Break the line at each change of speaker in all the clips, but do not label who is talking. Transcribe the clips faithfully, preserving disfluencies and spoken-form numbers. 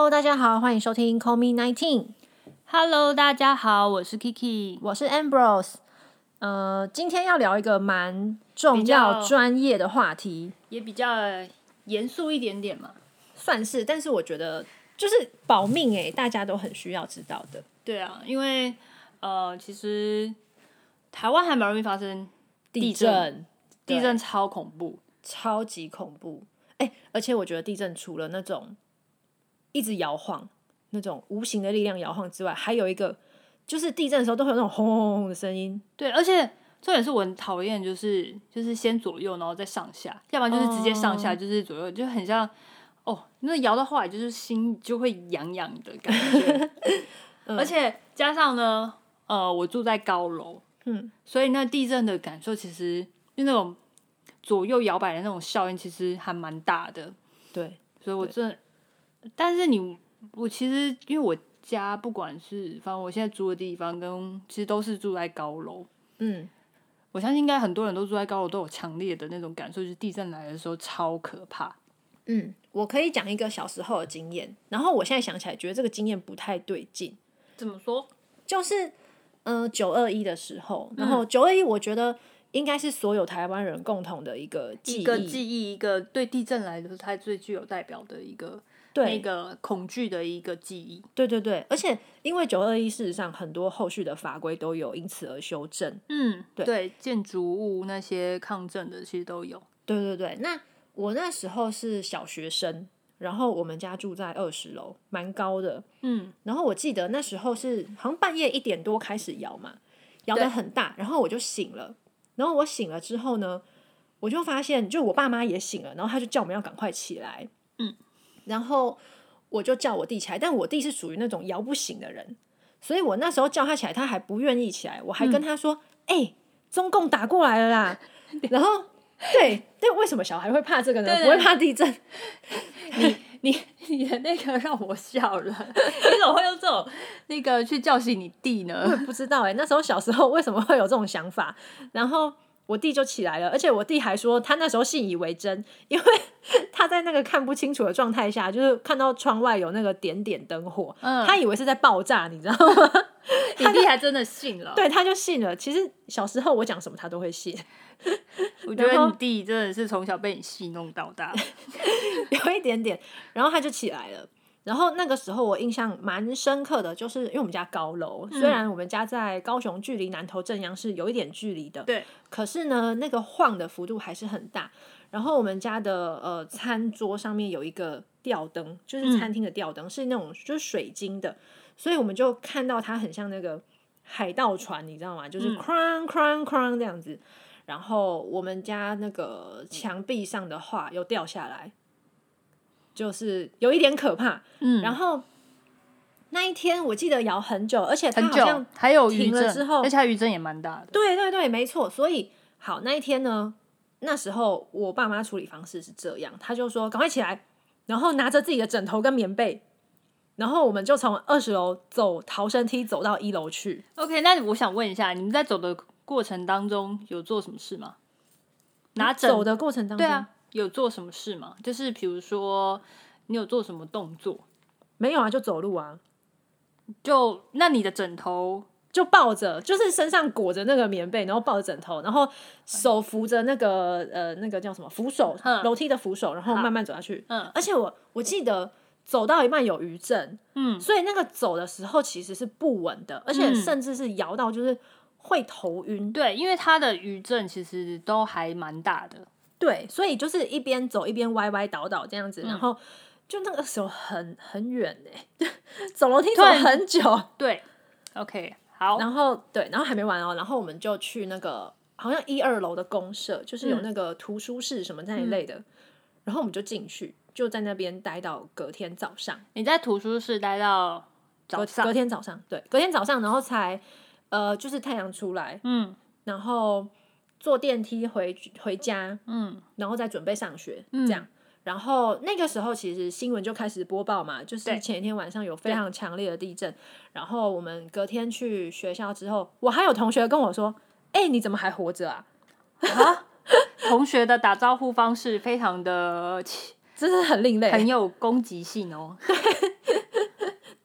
Hello， 大家好，欢迎收听 Call Me
nineteen。Hello， 大家好，我是 Kiki，
我是 Ambrose。呃，今天要聊一个蛮重要、专业的话题，
也比较严肃一点点嘛，
算是。但是我觉得就是保命哎、欸，大家都很需要知道的。
对啊，因为呃，其实台湾还蛮容易发生地震，
地震，
地震超恐怖，
超级恐怖。哎、欸，而且我觉得地震除了那种一直摇晃、那种无形的力量摇晃之外，还有一个就是地震的时候都会有那种轰轰轰的声音。
对，而且重点是我很讨厌，就是就是先左右，然后再上下，要不然就是直接上下，就是左右， oh. 就很像哦，那摇到后来就是心就会痒痒的感觉。嗯、而且加上呢，呃，我住在高楼，嗯，所以那地震的感受其实就那种左右摇摆的那种效应，其实还蛮大的。
对，
所以我真的，但是你我其实因为我家不管是反正我现在住的地方跟其实都是住在高楼，嗯，我相信应该很多人都住在高楼都有强烈的那种感受，就是地震来的时候超可怕。
嗯，我可以讲一个小时候的经验，然后我现在想起来觉得这个经验不太对劲。
怎么说？
就是嗯九二一的时候，然后九二一我觉得应该是所有台湾人共同的一个记忆，
一个记忆，一个对地震来说它最具有代表的一个那个恐惧的一个记忆。
对对对，而且因为九二一事实上很多后续的法规都有因此而修正。
嗯，对，对，建筑物那些抗震的其实都有。
对对对，那我那时候是小学生，然后我们家住在二十楼，蛮高的。嗯，然后我记得那时候是好像半夜一点多开始摇嘛，摇得很大，然后我就醒了。然后我醒了之后呢，我就发现，就我爸妈也醒了，然后他就叫我们要赶快起来。嗯，然后我就叫我弟起来，但我弟是属于那种摇不醒的人，所以我那时候叫他起来，他还不愿意起来，我还跟他说：“哎、嗯欸，中共打过来了啦！”然后，对，对，为什么小孩会怕这个呢？不会怕地震？
你你你的那个让我笑了，你怎么会用这种那个去叫醒你弟呢？
我也不知道哎、欸，那时候小时候为什么会有这种想法？然后我弟就起来了，而且我弟还说他那时候信以为真，因为他在那个看不清楚的状态下，就是看到窗外有那个点点灯火，嗯，他以为是在爆炸，你知道吗？
你弟还真的信了，
对，他就信了。其实小时候我讲什么他都会信。
我觉得你弟真的是从小被你戏弄到大，
有一点点。然后他就起来了。然后那个时候我印象蛮深刻的，就是因为我们家高楼，嗯、虽然我们家在高雄，距离南投正阳是有一点距离的，
对，
可是呢，那个晃的幅度还是很大。然后我们家的呃餐桌上面有一个吊灯，就是餐厅的吊灯，嗯、是那种就是水晶的，所以我们就看到它很像那个海盗船，你知道吗？就是哐哐哐这样子。然后我们家那个墙壁上的画又掉下来，就是有一点可怕。嗯，然后那一天我记得摇很久，而且它好像
还有余
停了之后，
而且它余震也蛮大的。
对对对，没错。所以好，那一天呢，那时候我爸妈处理方式是这样，他就说赶快起来，然后拿着自己的枕头跟棉被，然后我们就从二十楼走逃生梯走到一楼去。
OK， 那我想问一下，你们在走的过程当中有做什么事吗？拿枕
走的过程当中，
对啊，有做什么事吗？就是比如说你有做什么动作？
没有啊，就走路啊。
就那你的枕头
就抱着，就是身上裹着那个棉被，然后抱着枕头，然后手扶着那个呃那个叫什么扶手，楼梯的扶手，然后慢慢走下去。嗯，而且我我记得走到一半有余震，嗯，所以那个走的时候其实是不稳的，而且甚至是摇到就是会头晕。
对，因为它的余震其实都还蛮大的。
对，所以就是一边走一边歪歪倒倒这样子，嗯、然后就那个时候很很远哎、欸，走楼梯走很久。
对 ，OK。好，
然后对，然后还没完哦，然后我们就去那个好像一二楼的公社，就是有那个图书室什么那一类的，嗯、然后我们就进去，就在那边待到隔天早上。
你在图书室待到早上？
隔天早上，对，隔天早上，然后才呃，就是太阳出来，嗯，然后坐电梯回回家，嗯，然后再准备上学，嗯、这样。然后那个时候其实新闻就开始播报嘛，就是前一天晚上有非常强烈的地震，然后我们隔天去学校之后，我还有同学跟我说：“哎、欸，你怎么还活着啊？”
啊，同学的打招呼方式非常的，
真是很另类，
很有攻击性哦。
对，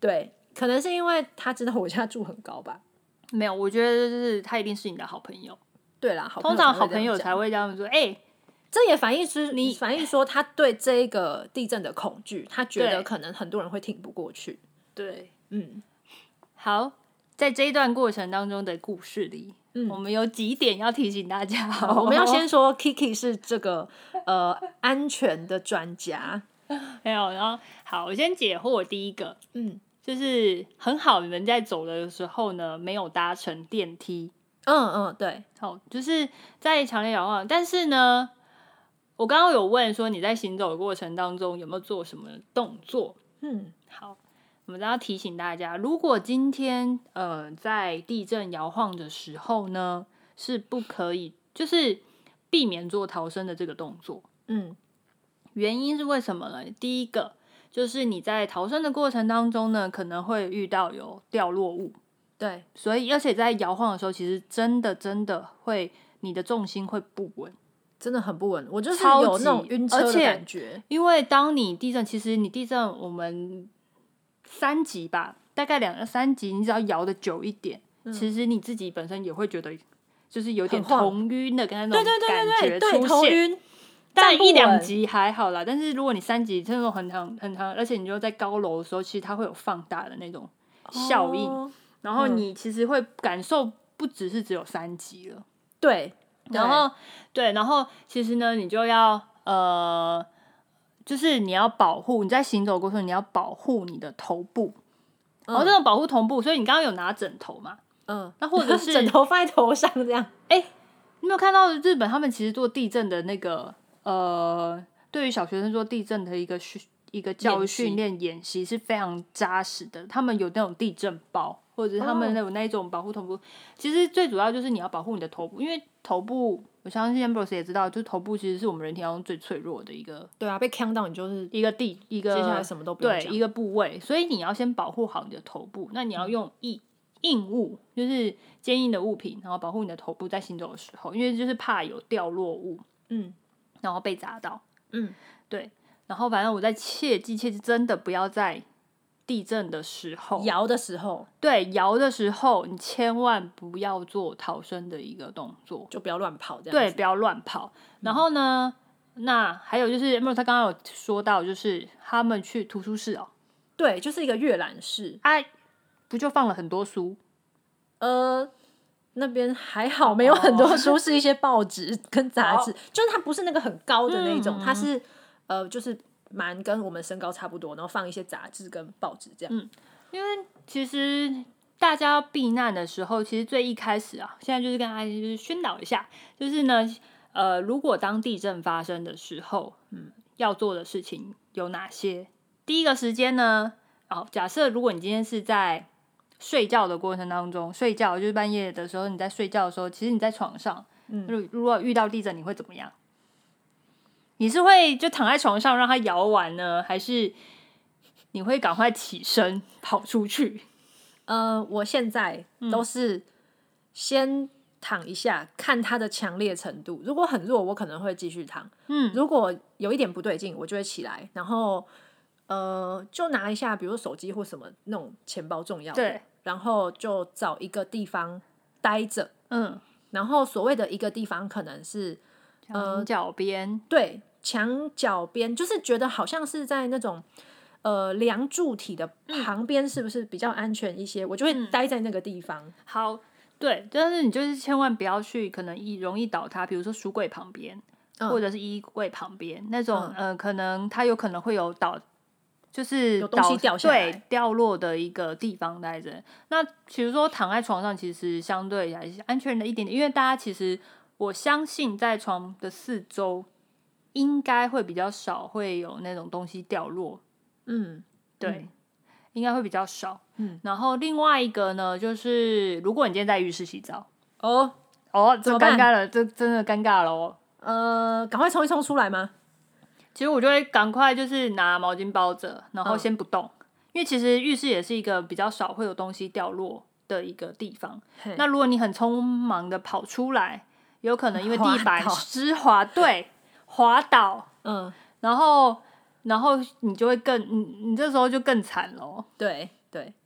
对，可能是因为他知道我家住很高吧。
没有，我觉得就是他一定是你的好朋友。
对啦，好朋友
通常好朋友才会这样说。哎、欸，
这也反映出你反映说他对这个地震的恐惧，他觉得可能很多人会挺不过去。
对，
嗯，
好，在这一段过程当中的故事里，嗯，我们有几点要提醒大家。
我们要先说 Kiki 是这个呃安全的专家。
没有，然后好，我先解惑第一个，嗯，就是很好，你们在走的时候呢，没有搭乘电梯。
嗯嗯，对，
好，就是在强烈摇晃，但是呢，我刚刚有问说你在行走的过程当中有没有做什么动作？嗯，好，我们要提醒大家，如果今天呃在地震摇晃的时候呢，是不可以，就是避免做逃生的这个动作。嗯。原因是为什么呢？第一个就是你在逃生的过程当中呢，可能会遇到有掉落物，
对，
所以而且在摇晃的时候，其实真的真的会，你的重心会不稳，
真的很不稳。我就是有那种晕车的感觉，
因为当你地震，其实你地震我们三级吧，大概两三级，你只要摇的久一点，嗯、其实你自己本身也会觉得就是有点头晕的跟那种感觉出现。
对对对对对，头晕。
但一两级还好啦，但是如果你三级那种很长很长，而且你就在高楼的时候，其实它会有放大的那种效应，哦、然后你其实会感受不只是只有三级了。
对，
然后对，然后其实呢，你就要呃，就是你要保护你在行走的过程，你要保护你的头部，嗯、然后这种保护头部，所以你刚刚有拿枕头嘛？嗯，那或者是
枕头放在头上这样。
哎、欸，你有没有看到日本他们其实做地震的那个？呃，对于小学生做地震的一个训一个教育训练演习是非常扎实的。他们有那种地震包，或者是他们有那一种保护头部。Oh. 其实最主要就是你要保护你的头部，因为头部，我相信 Ambrose 也知道，就是头部其实是我们人体当中最脆弱的一个。
对啊，被呛到你就是
一个地一个
接下来什么都不用讲，
对一个部位，所以你要先保护好你的头部。那你要用硬硬物，就是坚硬的物品，然后保护你的头部在行走的时候，因为就是怕有掉落物。嗯。然后被砸到，嗯，对，然后反正我在切记切记，真的不要在地震的时候
摇的时候，
对摇的时候，你千万不要做逃生的一个动作，
就不要乱跑，这样子
对，不要乱跑。然后呢，嗯、那还有就是，他刚刚有说到，就是他们去图书室哦，
对，就是一个阅览室，
啊，不就放了很多书，
呃。那边还好，没有很多书，是一些报纸跟杂志，就是它不是那个很高的那种，嗯、它是呃，就是蛮跟我们身高差不多，然后放一些杂志跟报纸这样。嗯，
因为其实大家避难的时候，其实最一开始啊，现在就是跟大家就是宣导一下，就是呢，呃，如果当地震发生的时候，嗯，要做的事情有哪些？第一个时间呢，哦，假设如果你今天是在睡觉的过程当中，睡觉就是半夜的时候，你在睡觉的时候，其实你在床上，嗯，如果遇到地震，你会怎么样？你是会就躺在床上让它摇完呢，还是你会赶快起身跑出去？
呃，我现在都是先躺一下，看它的强烈程度。如果很弱，我可能会继续躺。嗯，如果有一点不对劲，我就会起来，然后呃，就拿一下，比如说手机或什么那种钱包重要的。对。然后就找一个地方待着，嗯，然后所谓的一个地方可能是
墙角边，
对，墙角边，就是觉得好像是在那种呃梁柱体的旁边，是不是比较安全一些？嗯、我就会待在那个地方。
嗯、好，对，但是你就是千万不要去可能易容易倒塌，比如说书柜旁边，嗯、或者是衣柜旁边那种，嗯、呃，可能它有可能会有倒。就是
有东西掉下来，
对，掉落的一个地方待着。那比如说躺在床上，其实相对还是安全的一点点，因为大家其实我相信在床的四周应该会比较少会有那种东西掉落。嗯，对，嗯、应该会比较少。嗯，然后另外一个呢，就是如果你今天在浴室洗澡，哦哦，这尴尬了，这真的尴尬了哦。
呃，赶快冲一冲出来吗？
其实我就会赶快就是拿毛巾包着，然后先不动，嗯、因为其实浴室也是一个比较少会有东西掉落的一个地方。那如果你很匆忙的跑出来，有可能因为地板湿滑，对，滑倒，嗯，然后然后你就会更你你这时候就更惨咯。
对对，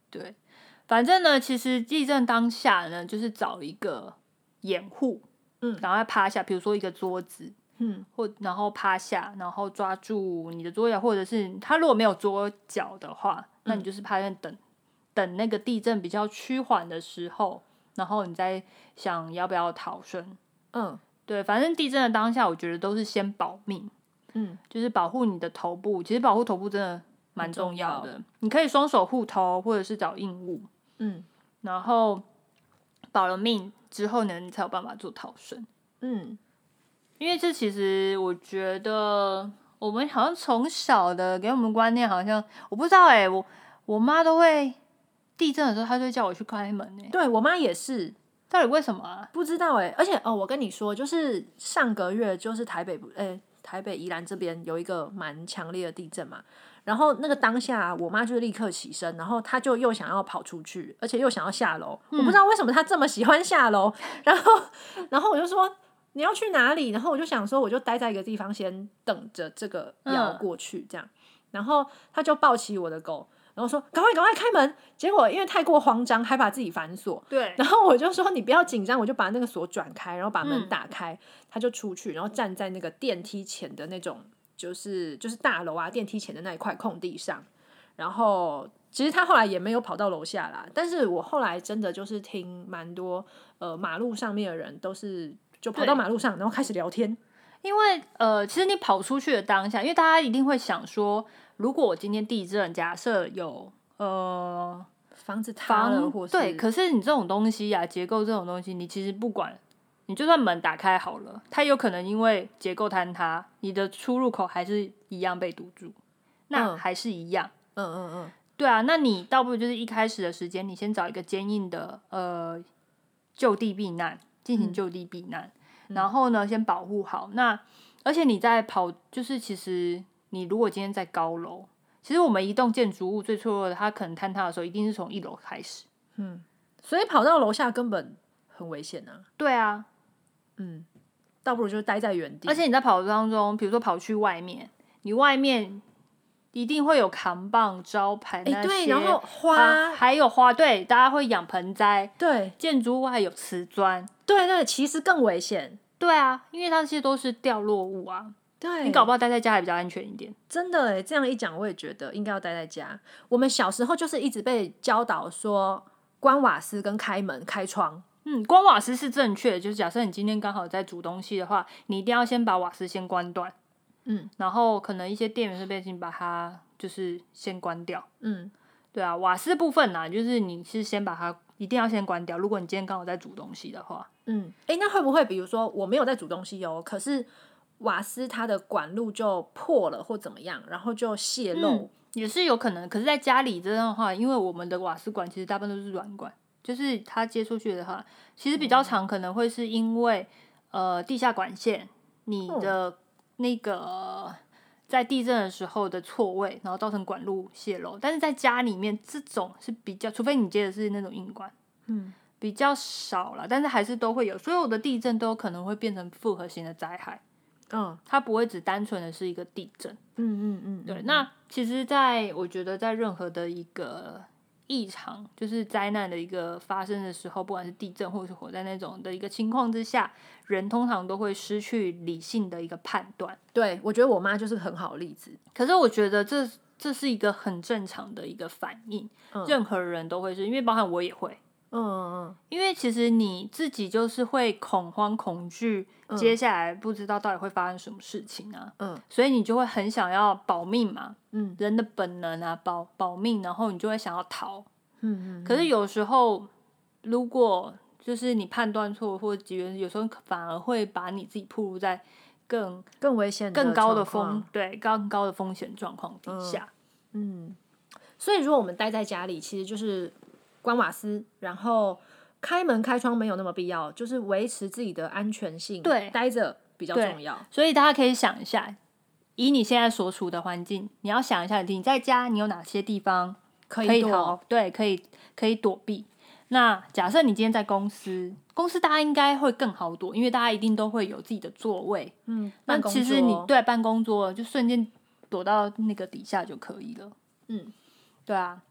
对，反正呢，其实地震当下呢，就是找一个掩护，
嗯，
然后趴下，比如说一个桌子，
嗯，
或然后趴下，然后抓住你的桌角，或者是他如果没有桌角的话，那你就是趴在等、嗯、等那个地震比较趋缓的时候，然后你再想要不要逃生。
嗯，
对，反正地震的当下，我觉得都是先保命，
嗯，
就是保护你的头部。其实保护头部真的蛮重要的，你可以双手护头，或者是找硬物，
嗯，
然后保了命之后呢，你才有办法做逃生。
嗯。
因为这其实我觉得我们好像从小的给我们观念，好像我不知道哎、欸，我我妈都会地震的时候，她就会叫我去开门哎、欸。
对我妈也是，
到底为什么啊？
不知道哎、欸。而且哦，我跟你说，就是上个月就是台北哎、欸、台北宜兰这边有一个蛮强烈的地震嘛，然后那个当下我妈就立刻起身，然后她就又想要跑出去，而且又想要下楼、嗯，我不知道为什么她这么喜欢下楼，然后然后我就说。你要去哪里？然后我就想说，我就待在一个地方，先等着这个要过去，这样、嗯。然后他就抱起我的狗，然后说：“赶快，赶快开门！”结果因为太过慌张，还把自己反锁。
对。
然后我就说：“你不要紧张。”我就把那个锁转开，然后把门打开，嗯、他就出去，然后站在那个电梯前的那种，就是就是大楼啊，电梯前的那一块空地上。然后其实他后来也没有跑到楼下啦，但是我后来真的就是听蛮多呃马路上面的人都是。就跑到马路上，然后开始聊天。
因为呃，其实你跑出去的当下，因为大家一定会想说，如果我今天地震，假设有呃
房子塌了，或是
对，可是你这种东西啊，结构这种东西，你其实不管，你就算门打开好了，它有可能因为结构坍塌，你的出入口还是一样被堵住，那还是一样。
嗯嗯嗯，
对啊，那你倒不如就是一开始的时间，你先找一个坚硬的呃就地避难。进行就地避难、嗯，然后呢，先保护好。那而且你在跑，就是其实你如果今天在高楼，其实我们一栋建筑物最脆弱的，它可能坍塌的时候，一定是从一楼开始。
嗯，所以跑到楼下根本很危险啊。
对啊，
嗯，倒不如就待在原地。
而且你在跑当中，比如说跑去外面，你外面一定会有扛棒、招牌那些，
欸、对，然后花
还有花，对，大家会养盆栽，
对，
建筑物还有瓷砖。
对对，其实更危险。
对啊，因为它这些都是掉落物啊。
对，
你搞不好待在家还比较安全一点。
真的耶，这样一讲，我也觉得应该要待在家。我们小时候就是一直被教导说关瓦斯跟开门开窗。
嗯，关瓦斯是正确的，就是假设你今天刚好在煮东西的话，你一定要先把瓦斯先关断。嗯，然后可能一些电源设备先把它就是先关掉。嗯，对啊，瓦斯部分啊，就是你是先把它一定要先关掉。如果你今天刚好在煮东西的话。
嗯，哎，那会不会比如说我没有在煮东西哦，可是瓦斯它的管路就破了或怎么样，然后就泄漏、嗯、
也是有可能。可是在家里这样的话，因为我们的瓦斯管其实大部分都是软管，就是它接出去的话，其实比较常可能会是因为、嗯、呃地下管线你的那个在地震的时候的错位，然后造成管路泄漏。但是在家里面这种是比较，除非你接的是那种硬管，嗯。比较少啦，但是还是都会有，所有的地震都有可能会变成复合型的灾害。嗯，它不会只单纯的是一个地震。嗯嗯嗯，对。那其实在我觉得在任何的一个异常，就是灾难的一个发生的时候，不管是地震或是火灾那种的一个情况之下，人通常都会失去理性的一个判断。
对，我觉得我妈就是很好的例子。
可是我觉得这这是一个很正常的一个反应，嗯、任何人都会是，因为包含我也会。嗯嗯，因为其实你自己就是会恐慌恐惧、嗯、接下来不知道到底会发生什么事情啊，嗯，所以你就会很想要保命嘛，嗯，人的本能啊，保保命，然后你就会想要逃，嗯嗯，可是有时候如果就是你判断错或者机缘，有时候反而会把你自己暴露在更
更危险、
更高的风对更高的风险状况底下，
嗯，嗯，所以如果我们待在家里，其实就是关瓦斯，然后开门开窗没有那么必要，就是维持自己的安全性，
对，
待着比较重要。
所以大家可以想一下，以你现在所处的环境，你要想一下，你在家你有哪些地方可以逃，对，可以可以躲避。那假设你今天在公司，公司大家应该会更好躲，因为大家一定都会有自己的座位，嗯，那其实你对办公桌就瞬间躲到那个底下就可以了，嗯，对啊。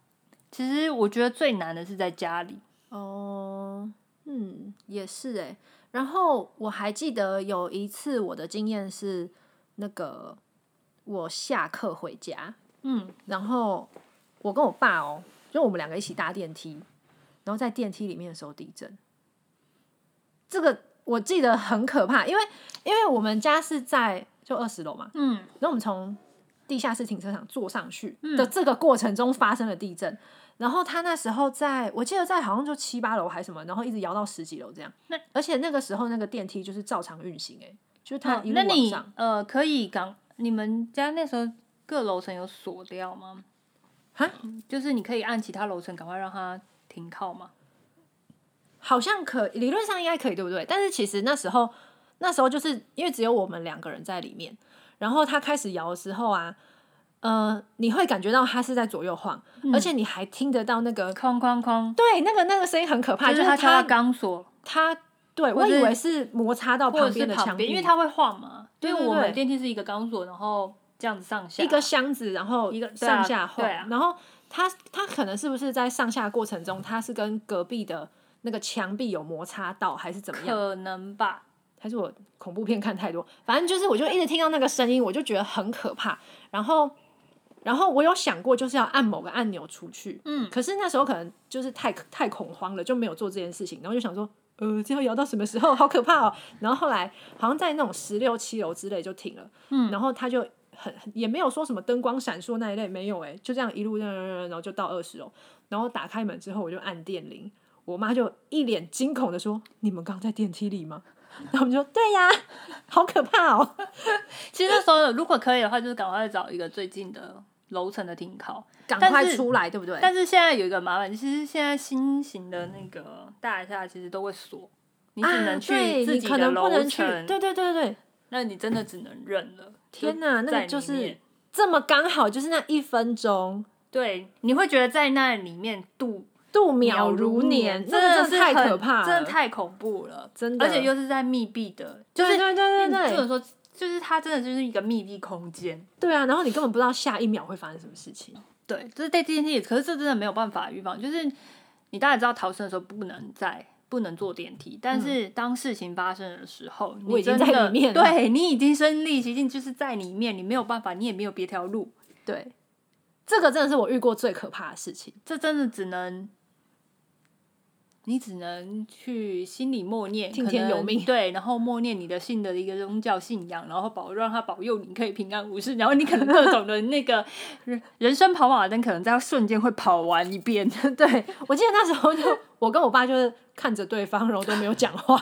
其实我觉得最难的是在家里。
哦，嗯，也是哎。然后我还记得有一次我的经验是，那个我下课回家，嗯，然后我跟我爸哦，就我们两个一起搭电梯，然后在电梯里面的时候地震。这个我记得很可怕，因为因为我们家是在就二十楼嘛，嗯，然后我们从地下室停车场坐上去的这个过程中发生了地震。然后他那时候在我记得在好像就七八楼还是什么，然后一直摇到十几楼这样。那而且那个时候那个电梯就是照常运行、欸，哎，就是它一路往上。
哦、那你呃可以刚你们家那时候各楼层有锁掉吗？
哈，
就是你可以按其他楼层赶快让它停靠吗？
好像可理论上应该可以，对不对？但是其实那时候那时候就是因为只有我们两个人在里面，然后它开始摇的时候啊。呃，你会感觉到它是在左右晃、嗯，而且你还听得到那个
哐哐哐，
对，那个那个声音很可怕，
就是它敲到钢索，
它对我以为是摩擦到旁边的墙壁，
因为它会晃嘛。对对对，因为我们电梯是一个钢索，然后这样子上下，
一个箱子，然后
一个
上下晃、
啊啊，
然后它它可能是不是在上下过程中，它是跟隔壁的那个墙壁有摩擦到，还是怎么样？
可能吧。
还是我恐怖片看太多，反正就是我就一直听到那个声音，我就觉得很可怕，然后。然后我有想过就是要按某个按钮出去，嗯，可是那时候可能就是太太恐慌了，就没有做这件事情。然后就想说，呃，这要摇到什么时候？好可怕哦！然后后来好像在那种十六七楼之类就停了，嗯，然后他就很也没有说什么灯光闪烁那一类，没有哎、欸，就这样一路然后就到二十楼，然后打开门之后我就按电铃，我妈就一脸惊恐的说：“你们刚在电梯里吗？”然后我们就说：“对呀，好可怕哦！”
其实那时候如果可以的话，就是赶快找一个最近的楼层的停靠，
赶快出来，对不对？
但是现在有一个麻烦，其实现在新型的那个大厦其实都会锁，你只能去自己的楼层、
啊，对对对对，
那你真的只能忍了。
天哪，那个就是这么刚好，就是那一分钟，
对，你会觉得在那里面度
度秒如年，
真的是
太可怕了，
真的太恐怖了，
真的，
而且又是在密闭的，就是
对对对对对，
或者说就是它真的就是一个密闭空间，
对啊，然后你根本不知道下一秒会发生什么事情，
对，这是在电梯，可是这真的没有办法预防，就是你当然知道逃生的时候不能在不能坐电梯，但是当事情发生的时候，
嗯、我已经在里面
了，对你已经身临其境，就是在里面，你没有办法，你也没有别条路，
对，这个真的是我遇过最可怕的事情，
这真的只能。你只能去心里默念
听天由命，
对，然后默念你的信的一个宗教信仰，然后保让他保佑你可以平安无事，然后你可能各种的那个人生跑马灯可能在瞬间会跑完一遍。
对，我记得那时候就我跟我爸就是看着对方，然后都没有讲话。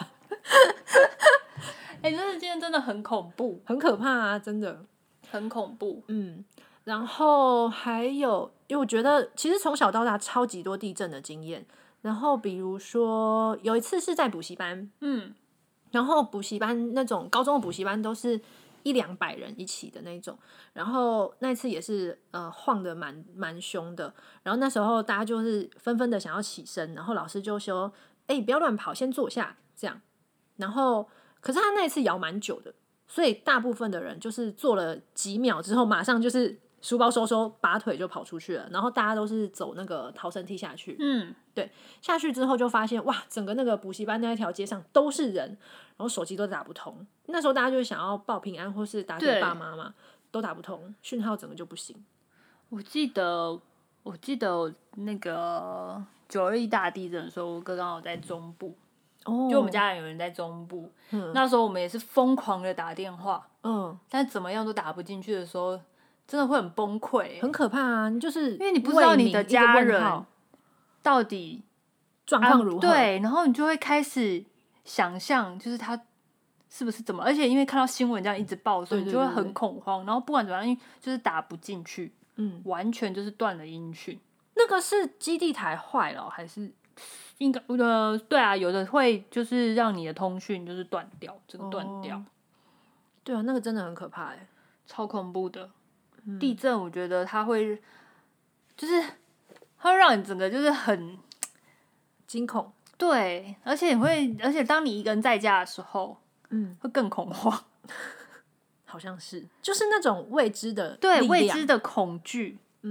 哎、欸，真的今天真的很恐怖，
很可怕啊，真的
很恐怖。
嗯，然后还有，因为我觉得其实从小到大超级多地震的经验。然后比如说有一次是在补习班，嗯，然后补习班那种高中的补习班都是一两百人一起的那种，然后那次也是呃晃得蛮蛮凶的，然后那时候大家就是纷纷的想要起身，然后老师就说：“哎，不要乱跑，先坐下。”这样，然后可是他那一次摇蛮久的，所以大部分的人就是坐了几秒之后，马上就是书包收收，拔腿就跑出去了，然后大家都是走那个逃生梯下去，嗯。对，下去之后就发现哇，整个那个补习班那一条街上都是人，然后手机都打不通。那时候大家就想要报平安或是打给爸妈嘛，都打不通，讯号整个就不行。
我记得，我记得那个九二一大地震的时候，我哥刚好在中部，哦，就我们家人有人在中部，嗯，那时候我们也是疯狂的打电话，嗯，但怎么样都打不进去的时候，真的会很崩溃，
很可怕啊！就是
因为你不知道你的家人到底
状况如何、
啊，对，然后你就会开始想象，就是他是不是怎么，而且因为看到新闻这样一直报，所以你就会很恐慌。然后不管怎么样，因为就是打不进去，嗯，完全就是断了音讯。
那个是基地台坏了，还是
应该呃，对啊，有的会就是让你的通讯就是断掉，整个断掉、哦。
对啊，那个真的很可怕哎，
超恐怖的。嗯、地震，我觉得它会就是。它会让你整个就是很
惊恐，
对，而且你会，而且当你一个人在家的时候，嗯，会更恐慌，
好像是，就是那种未知的，
对，未知的恐惧，嗯，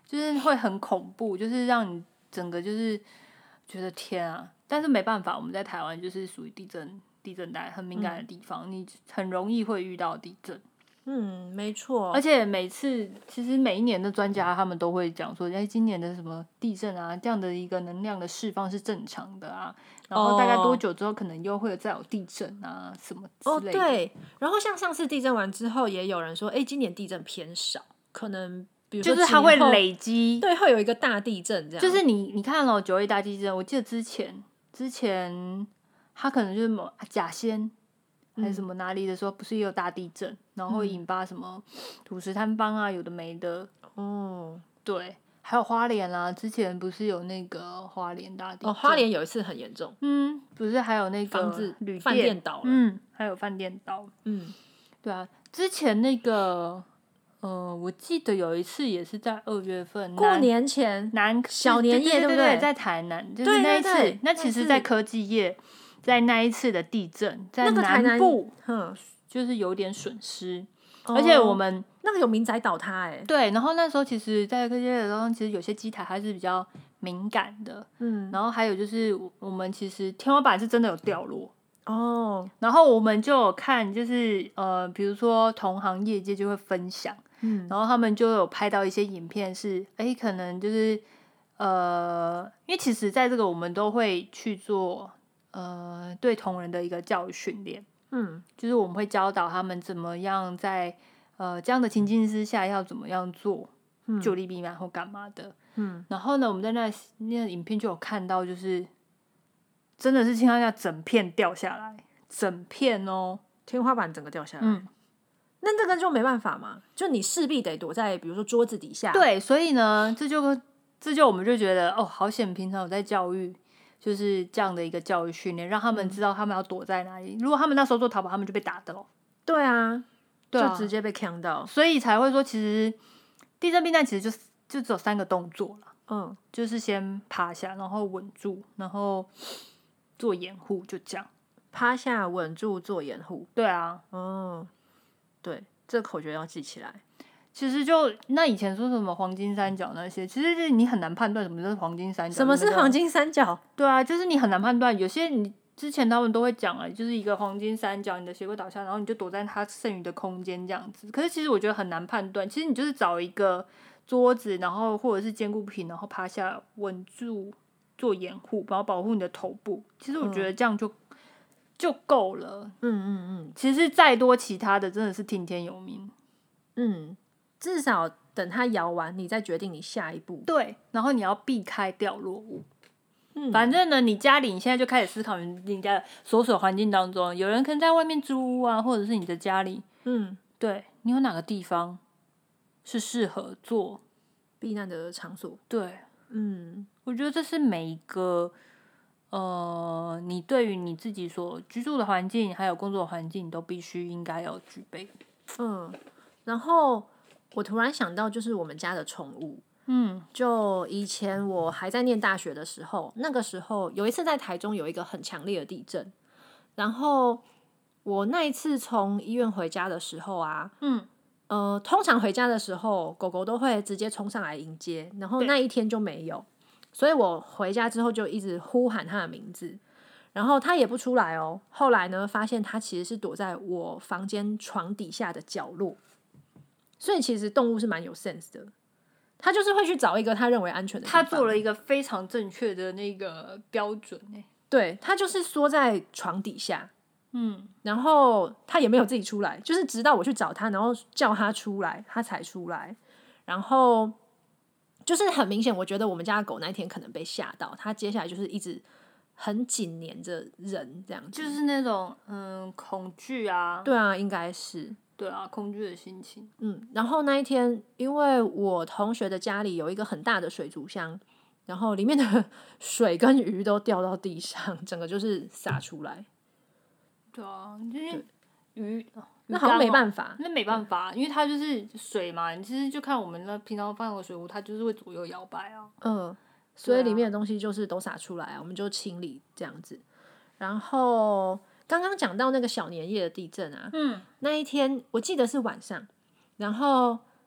就是会很恐怖，就是让你整个就是觉得天啊！但是没办法，我们在台湾就是属于地震地震带很敏感的地方，嗯、你很容易会遇到地震。
嗯，没错。
而且每次其实每一年的专家他们都会讲说，哎，今年的什么地震啊，这样的一个能量的释放是正常的啊。然后大概多久之后可能又会再有地震啊什么之类的。
哦，对。然后像上次地震完之后，也有人说，哎，今年地震偏少，可能比如说
就是它会累积，
对，会有一个大地震这样。
就是你你看哦，九二一大地震，我记得之前之前它可能就是某甲仙还是什么哪里的时候，不是也有大地震，嗯、然后会引发什么土石坍方啊，有的没的。
哦，
对。还有花莲啦、啊，之前不是有那个花莲大地震？
哦，花莲有一次很严重。
嗯，不是还有那个
房子
旅店
饭店倒了。
嗯，还有饭店倒。
嗯，
对啊，之前那个呃，我记得有一次也是在二月份，
过年前
南
小年夜，
对
不对？
在台南，就是那一次。
对对对，
那其实，在科技业，在那一次的地震，在南部，
嗯，
就是有点损失。而且我们、哦、
那个有民宅倒塌哎、欸，
对，然后那时候其实，在科技业的时候，其实有些机台还是比较敏感的，嗯，然后还有就是我们其实天花板是真的有掉落哦，然后我们就有看，就是呃，比如说同行业界就会分享，嗯，然后他们就有拍到一些影片是，哎，可能就是呃，因为其实在这个我们都会去做呃对同仁的一个教育训练。嗯，就是我们会教导他们怎么样在呃这样的情境之下要怎么样做就地避难或干嘛的。嗯，然后呢，我们在那那个影片就有看到，就是真的是情况下整片掉下来，整片哦，
天花板整个掉下来。嗯，那这个就没办法嘛，就你势必得躲在比如说桌子底下。
对，所以呢，这就这就我们就觉得哦，好险，平常有在教育。就是这样的一个教育训练，让他们知道他们要躲在哪里。嗯、如果他们那时候做逃跑，他们就被打的咯。
对啊，
对啊，
就直接被呛到。
所以才会说，其实地震避难其实就就只有三个动作啦。嗯，就是先趴下，然后稳住，然后做掩护，就这样。
趴下、稳住、做掩护。
对啊，
嗯，对，这个口诀要记起来。
其实就那以前说什么黄金三角那些，其实你很难判断什么是黄金三角。
什么是黄金三角？
对啊，就是你很难判断。有些你之前他们都会讲啊，就是一个黄金三角，你的鞋柜倒下，然后你就躲在它剩余的空间这样子。可是其实我觉得很难判断。其实你就是找一个桌子，然后或者是坚固品，然后趴下稳住做掩护，然后保护你的头部。其实我觉得这样就、嗯、就够了。嗯嗯嗯。其实再多其他的真的是听天由命。
嗯。至少等它摇完，你再决定你下一步。
对，然后你要避开掉落物。嗯，反正呢，你家里你现在就开始思考，你的所属环境当中，有人可能在外面租屋啊，或者是你的家里，嗯，对你有哪个地方是适合做
避难的场所？
对，嗯，我觉得这是每一个呃，你对于你自己所居住的环境，还有工作的环境，你都必须应该要具备。
嗯，然后。我突然想到，就是我们家的宠物，嗯，就以前我还在念大学的时候，那个时候有一次在台中有一个很强烈的地震，然后我那一次从医院回家的时候啊，嗯，呃，通常回家的时候，狗狗都会直接冲上来迎接，然后那一天就没有，所以我回家之后就一直呼喊它的名字，然后它也不出来哦。后来呢，发现它其实是躲在我房间床底下的角落。所以其实动物是蛮有 sense 的，他就是会去找一个他认为安全的地方。
他做了一个非常正确的那个标准欸。
对，他就是缩在床底下，嗯，然后他也没有自己出来，就是直到我去找他，然后叫他出来，他才出来。然后就是很明显，我觉得我们家的狗那一天可能被吓到，他接下来就是一直很紧黏着人，这样子，
就是那种嗯恐惧啊。
对啊，应该是。
对啊，恐惧的心情。
嗯，然后那一天，因为我同学的家里有一个很大的水族箱，然后里面的水跟鱼都掉到地上，整个就是洒出来。
对啊，就是鱼，
那好像没办法，
那没办法，因为它就是水嘛。你其实就看我们那平常放的水壶，它就是会左右摇摆啊。
嗯，所以里面的东西就是都洒出来啊，我们就清理这样子，然后。刚刚讲到那个小年夜的地震啊，嗯，那一天我记得是晚上，然后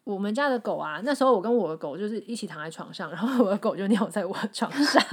我们家的狗啊，那时候我跟我的狗就是一起躺在床上，然后我的狗就尿在我的床上。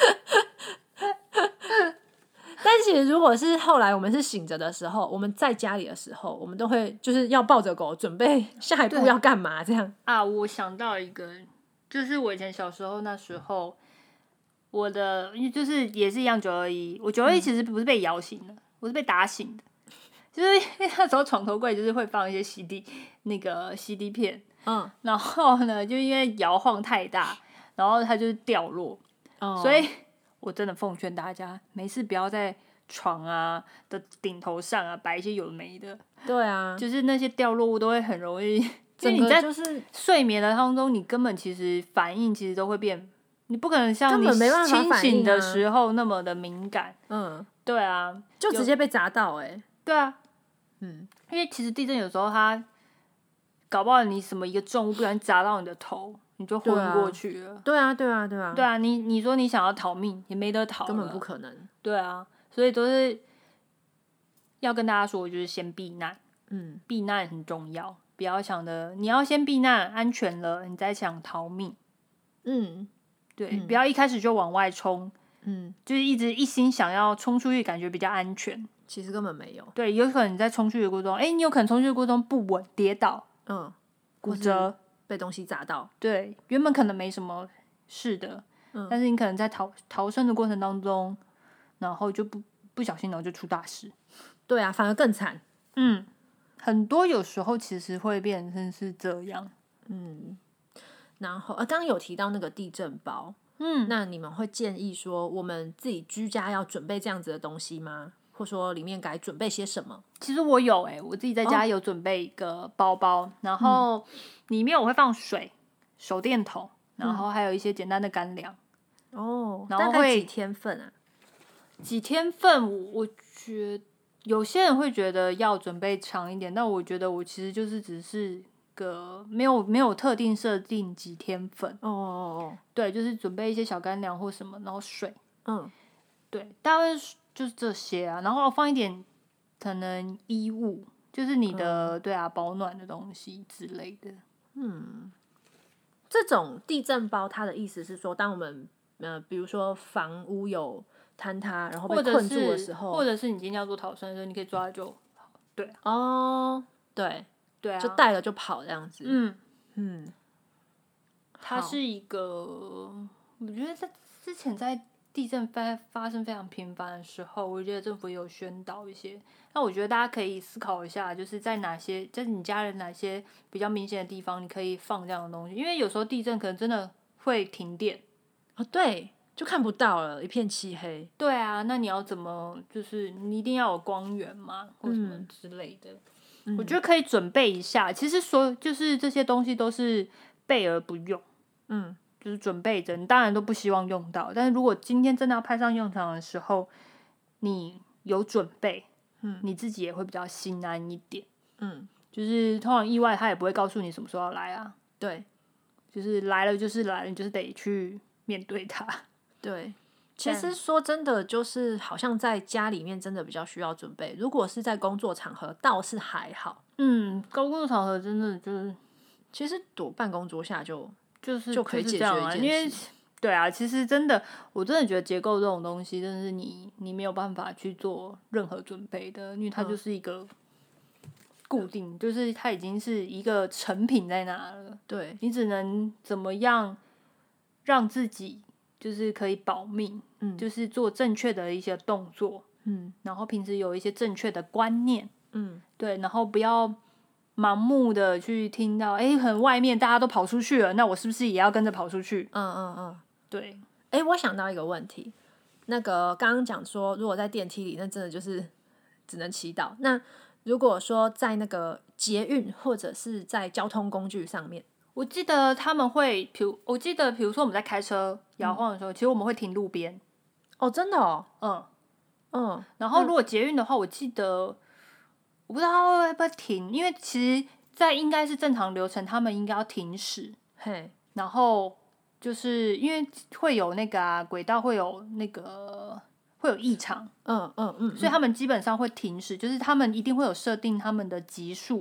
但其实如果是后来我们是醒着的时候，我们在家里的时候，我们都会就是要抱着狗准备下一步要干嘛这样
啊。我想到一个，就是我以前小时候那时候，我的就是也是一样九二一，我九二一其实不是被摇醒的，嗯、我是被打醒的。就是因为那时候床头柜就是会放一些 C D 那个 C D 片，嗯，然后呢，就因为摇晃太大，然后它就是掉落，哦、所以我真的奉劝大家，没事不要在床啊的顶头上啊摆一些有的没的，
对啊，
就是那些掉落物都会很容易，因为你在睡眠的当中，你根本其实反应其实都会变，你不可能像你清醒的时候那么的敏感，嗯，对啊，
就直接被砸到哎、欸，
对啊。嗯，因为其实地震有时候它搞不好你什么一个重物不小心砸到你的头，你就昏过去了。
对啊，对啊，对啊，
对啊，你你说你想要逃命也没得逃了，
根本不可能。
对啊，所以都是要跟大家说，就是先避难。嗯，避难很重要，不要想的你要先避难，安全了，你再想逃命。嗯，对，嗯、不要一开始就往外冲。嗯，就是一直一心想要冲出去，感觉比较安全。
其实根本没有，
对，有可能你在冲去的过程中，哎，你有可能冲去的过程中不稳，跌倒，嗯，骨折，
被东西砸到，
对，原本可能没什么事的，嗯，但是你可能在逃逃生的过程当中，然后就不不小心，然后就出大事，
对啊，反而更惨，
嗯，很多有时候其实会变成是这样，
嗯，然后呃，刚刚有提到那个地震包，嗯，那你们会建议说我们自己居家要准备这样子的东西吗？或说里面该准备些什么？
其实我有哎、欸，我自己在家有准备一个包包，哦、然后里面我会放水、手电筒，然后还有一些简单的干粮。
哦，然后会大概几天份啊？
几天份我，我觉得有些人会觉得要准备长一点，但我觉得我其实就是只是个没有没有特定设定几天份。哦哦哦，对，就是准备一些小干粮或什么，然后水。嗯，对，大概就是这些啊，然后放一点可能衣物，就是你的、嗯、对啊保暖的东西之类的。嗯，
这种地震包，它的意思是说，当我们呃，比如说房屋有坍塌，然后被困住的时候，
或者是你今天要做逃生的时候，你可以抓就好。对
哦，对
对啊，
就带了就跑这样子。嗯嗯，
它是一个，我觉得在之前在地震发发生非常频繁的时候，我觉得政府也有宣导一些。那我觉得大家可以思考一下，就是在哪些，在你家人哪些比较明显的地方，你可以放这样的东西，因为有时候地震可能真的会停电。
哦，对，就看不到了，一片漆黑。
对啊，那你要怎么？就是你一定要有光源嘛，或什么之类的。嗯、我觉得可以准备一下。其实说，就是这些东西都是备而不用。嗯。就是准备着，你当然都不希望用到，但是如果今天真的要派上用场的时候，你有准备，嗯，你自己也会比较心安一点，嗯，就是通常意外他也不会告诉你什么时候要来啊，
对，
就是来了就是来了，你就是得去面对它，
对。其实说真的，就是好像在家里面真的比较需要准备，如果是在工作场合倒是还好，
嗯，工作场合真的就是，
其实躲办公桌下就。
就是
就可以解决一件事，
啊、因为对啊，其实真的，我真的觉得结构这种东西，真的是你你没有办法去做任何准备的，因为它就是一个固定，嗯、就是它已经是一个成品在那了。
对，
你只能怎么样让自己就是可以保命，嗯，就是做正确的一些动作，嗯，然后平时有一些正确的观念，嗯，对，然后不要。盲目的去听到，哎，可能外面大家都跑出去了，那我是不是也要跟着跑出去？
嗯嗯嗯，
对。
哎，我想到一个问题，那个刚刚讲说，如果在电梯里，那真的就是只能祈祷。那如果说在那个捷运或者是在交通工具上面，
我记得他们会，比如我记得，比如说我们在开车摇晃的时候，嗯、其实我们会停路边。
哦，真的哦，
嗯嗯。然后如果捷运的话，我记得。我不知道他会不会停，因为其实，在应该是正常流程，他们应该要停驶。嘿，然后就是因为会有那个啊，轨道会有那个会有异常，嗯嗯嗯，所以他们基本上会停驶，就是他们一定会有设定他们的级数，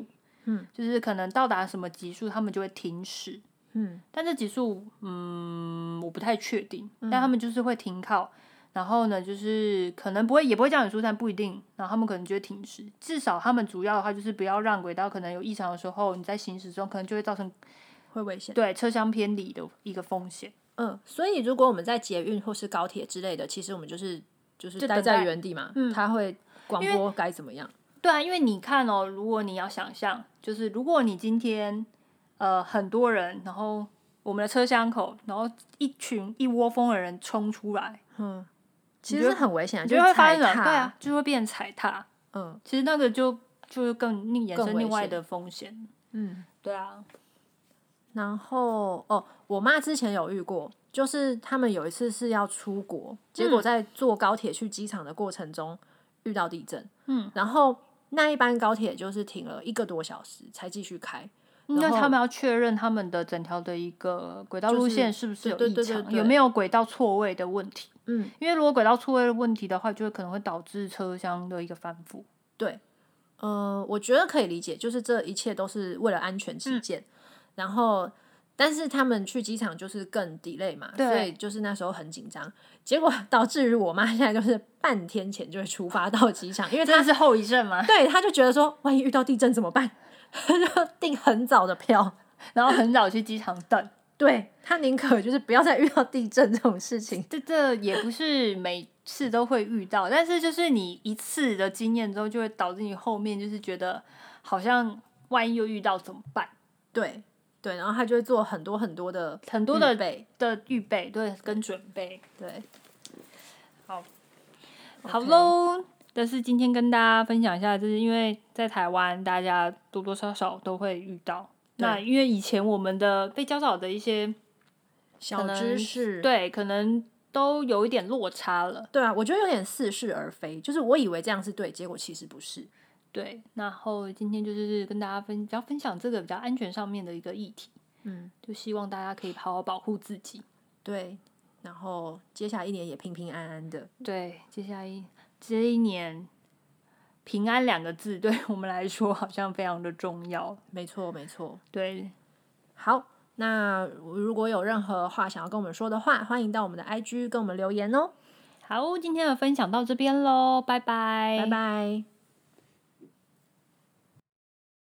嗯，就是可能到达什么级数，他们就会停驶。嗯，但这级数，嗯，我不太确定，嗯、但他们就是会停靠，然后呢，就是可能不会，也不会叫你疏散，不一定，然后他们可能就会停驶。至少他们主要的话就是不要让轨道可能有异常的时候，你在行驶中可能就会造成
会危险，
对车厢偏离的一个风险。
嗯，所以如果我们在捷运或是高铁之类的，其实我们就是就是待在原地嘛，嗯，他会广播该怎么样？
对啊，因为你看哦，如果你要想象，就是如果你今天。呃，很多人，然后我们的车厢口，然后一群一窝蜂的人冲出来，嗯，
其实很危险、啊，
就会发生对啊，就会变踩踏，嗯，其实那个就就更另衍生另外的风险，嗯，对啊。
然后哦，我妈之前有遇过，就是他们有一次是要出国，结果在坐高铁去机场的过程中遇到地震，嗯，然后那一班高铁就是停了一个多小时才继续开。
因为他们要确认他们的整条的一个轨道路线是不是有异常，有没有轨道错位的问题。嗯，因为如果轨道错位的问题的话，就会可能会导致车厢的一个翻覆。
对，呃，我觉得可以理解，就是这一切都是为了安全起见。嗯、然后，但是他们去机场就是更 delay 嘛，所以就是那时候很紧张。结果导致于我妈现在就是半天前就会出发到机场，因为她
是后遗症嘛。
对，她就觉得说，万一遇到地震怎么办？他就订很早的票，
然后很早去机场等。
对，他宁可就是不要再遇到地震这种事情。
这这也不是每次都会遇到，但是就是你一次的经验之后，就会导致你后面就是觉得好像万一又遇到怎么办？
对对，然后他就会做很多很多的
很多的备的预备，对，跟准备。
对，
好，好喽。Okay.但是今天跟大家分享一下，就是因为在台湾，大家多多少少都会遇到。那因为以前我们的被教导的一些
小知识，
对，可能都有一点落差了。
对啊，我觉得有点似是而非，就是我以为这样是对，结果其实不是。
对，然后今天就是跟大家分比较分享这个比较安全上面的一个议题。嗯，就希望大家可以好好保护自己。
对，然后接下来一年也平平安安的。
对，接下来一。这一年平安两个字对我们来说好像非常的重要。
没错没错，
对。
好，那如果有任何话想要跟我们说的话，欢迎到我们的 I G 跟我们留言哦。
好，今天的分享到这边咯，拜拜
拜拜。